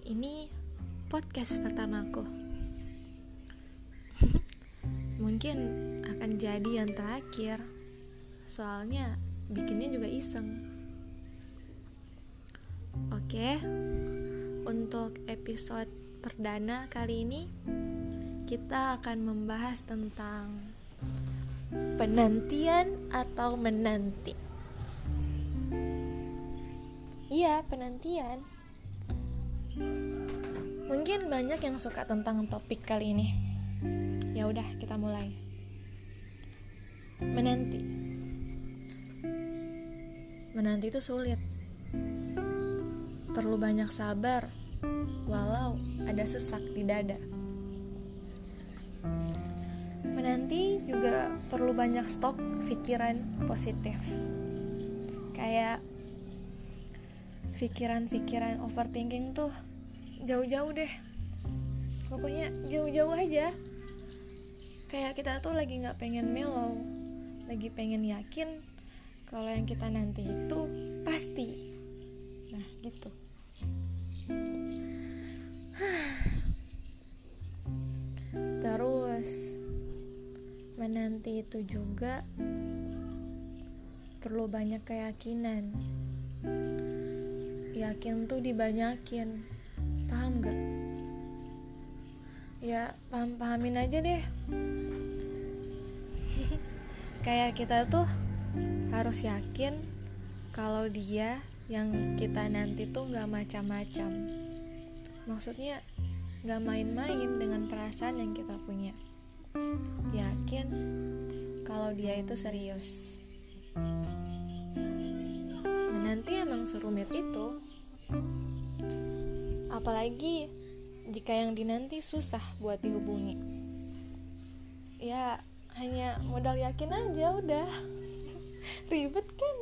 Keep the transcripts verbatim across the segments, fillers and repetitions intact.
Ini podcast pertamaku. Mungkin akan jadi yang terakhir. Soalnya bikinnya juga iseng. Oke, untuk episode perdana kali ini kita akan membahas tentang penantian atau menanti. Iya, penantian. Mungkin banyak yang suka tentang topik kali ini. Ya udah, kita mulai. Menanti. Menanti itu sulit. Perlu banyak sabar, walau ada sesak di dada. Menanti juga perlu banyak stok pikiran positif. Kayak pikiran-pikiran overthinking tuh jauh-jauh deh. Pokoknya jauh-jauh aja. Kayak kita tuh lagi gak pengen mellow, lagi pengen yakin kalau yang kita nanti itu pasti. Nah gitu. Terus menanti itu juga perlu banyak keyakinan. Yakin tuh dibanyakin. Paham gak? Ya paham-pahamin aja deh. Kayak kita tuh harus yakin kalau dia yang kita nanti tuh gak macam-macam. Maksudnya gak main-main dengan perasaan yang kita punya. Yakin kalau dia itu serius. Menanti emang serumit itu. Apalagi jika yang dinanti susah buat dihubungi. Ya hanya modal yakin aja udah. Ribet kan?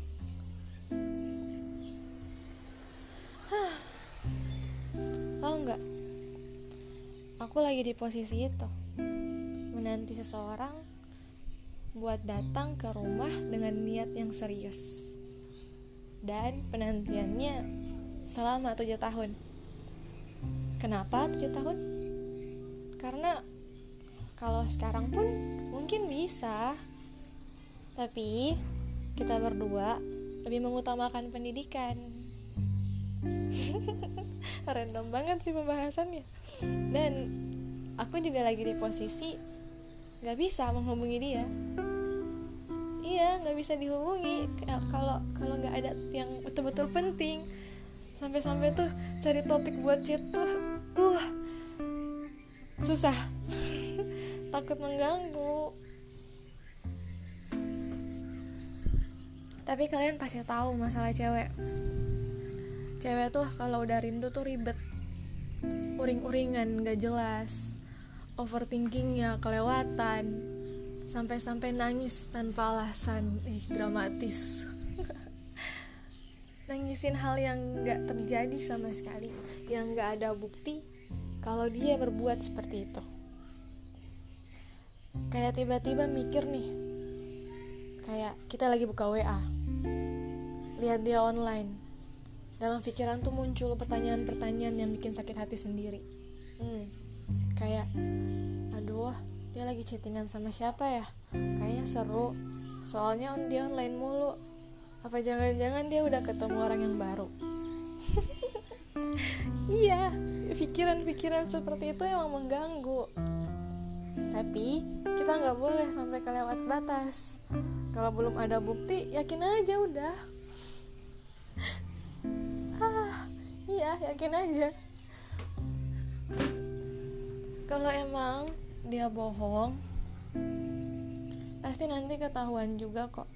Hah. Tahu nggak? Aku lagi di posisi itu. Menanti seseorang buat datang ke rumah dengan niat yang serius. Dan penantiannya selama tujuh tahun. Kenapa tujuh tahun? Karena kalau sekarang pun mungkin bisa. Tapi kita berdua lebih mengutamakan pendidikan. Random banget sih pembahasannya. Dan aku juga lagi di posisi gak bisa menghubungi dia. Iya, gak bisa dihubungi kalau kalau gak ada yang betul-betul penting. Sampai-sampai tuh cari topik buat chat tuh uh susah. Takut mengganggu. Tapi kalian pasti tahu masalah cewek. Cewek tuh kalau udah rindu tuh ribet. Uring-uringan gak jelas. Overthinkingnya kelewatan. Sampai-sampai nangis tanpa alasan. Ih, dramatis. Nangisin hal yang gak terjadi sama sekali, yang gak ada bukti kalau dia berbuat seperti itu. Kayak tiba-tiba mikir nih, kayak kita lagi buka W A, lihat dia online. Dalam pikiran tuh muncul pertanyaan-pertanyaan yang bikin sakit hati sendiri. hmm, Kayak, aduh, dia lagi chattingan sama siapa ya? Kayaknya seru, soalnya dia online mulu. Apa jangan-jangan dia udah ketemu orang yang baru? Iya, pikiran-pikiran seperti itu emang mengganggu. Tapi kita gak boleh sampai kelewat batas. Kalau belum ada bukti, yakin aja udah. ah, Iya, yakin aja. Kalau emang dia bohong, pasti nanti ketahuan juga kok.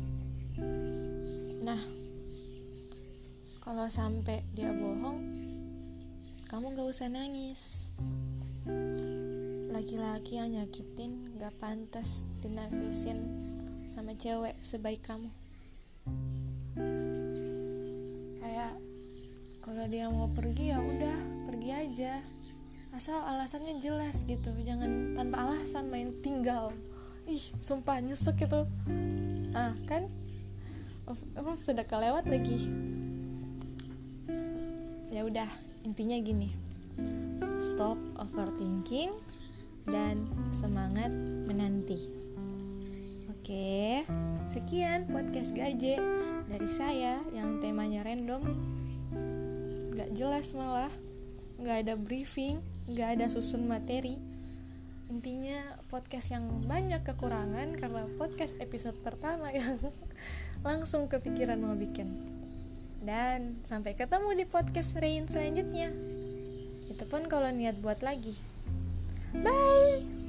Nah, kalau sampai dia bohong, kamu gak usah nangis. Laki-laki yang nyakitin gak pantas dinangisin sama cewek sebaik kamu. Kayak kalau dia mau pergi ya udah, pergi aja. Asal alasannya jelas gitu, jangan tanpa alasan main tinggal. Ih, sumpah nyesek itu. Ah, kan? Oh, oh, sudah kelewat lagi. Ya udah, Intinya gini, stop overthinking dan semangat menanti. Oke, sekian podcast Gaje dari saya yang temanya random, gak jelas malah, gak ada briefing, gak ada susun materi. Intinya podcast yang banyak kekurangan karena podcast episode pertama yang langsung kepikiran mau bikin. Dan sampai ketemu di podcast Rain selanjutnya. Itu pun kalau niat buat lagi. Bye.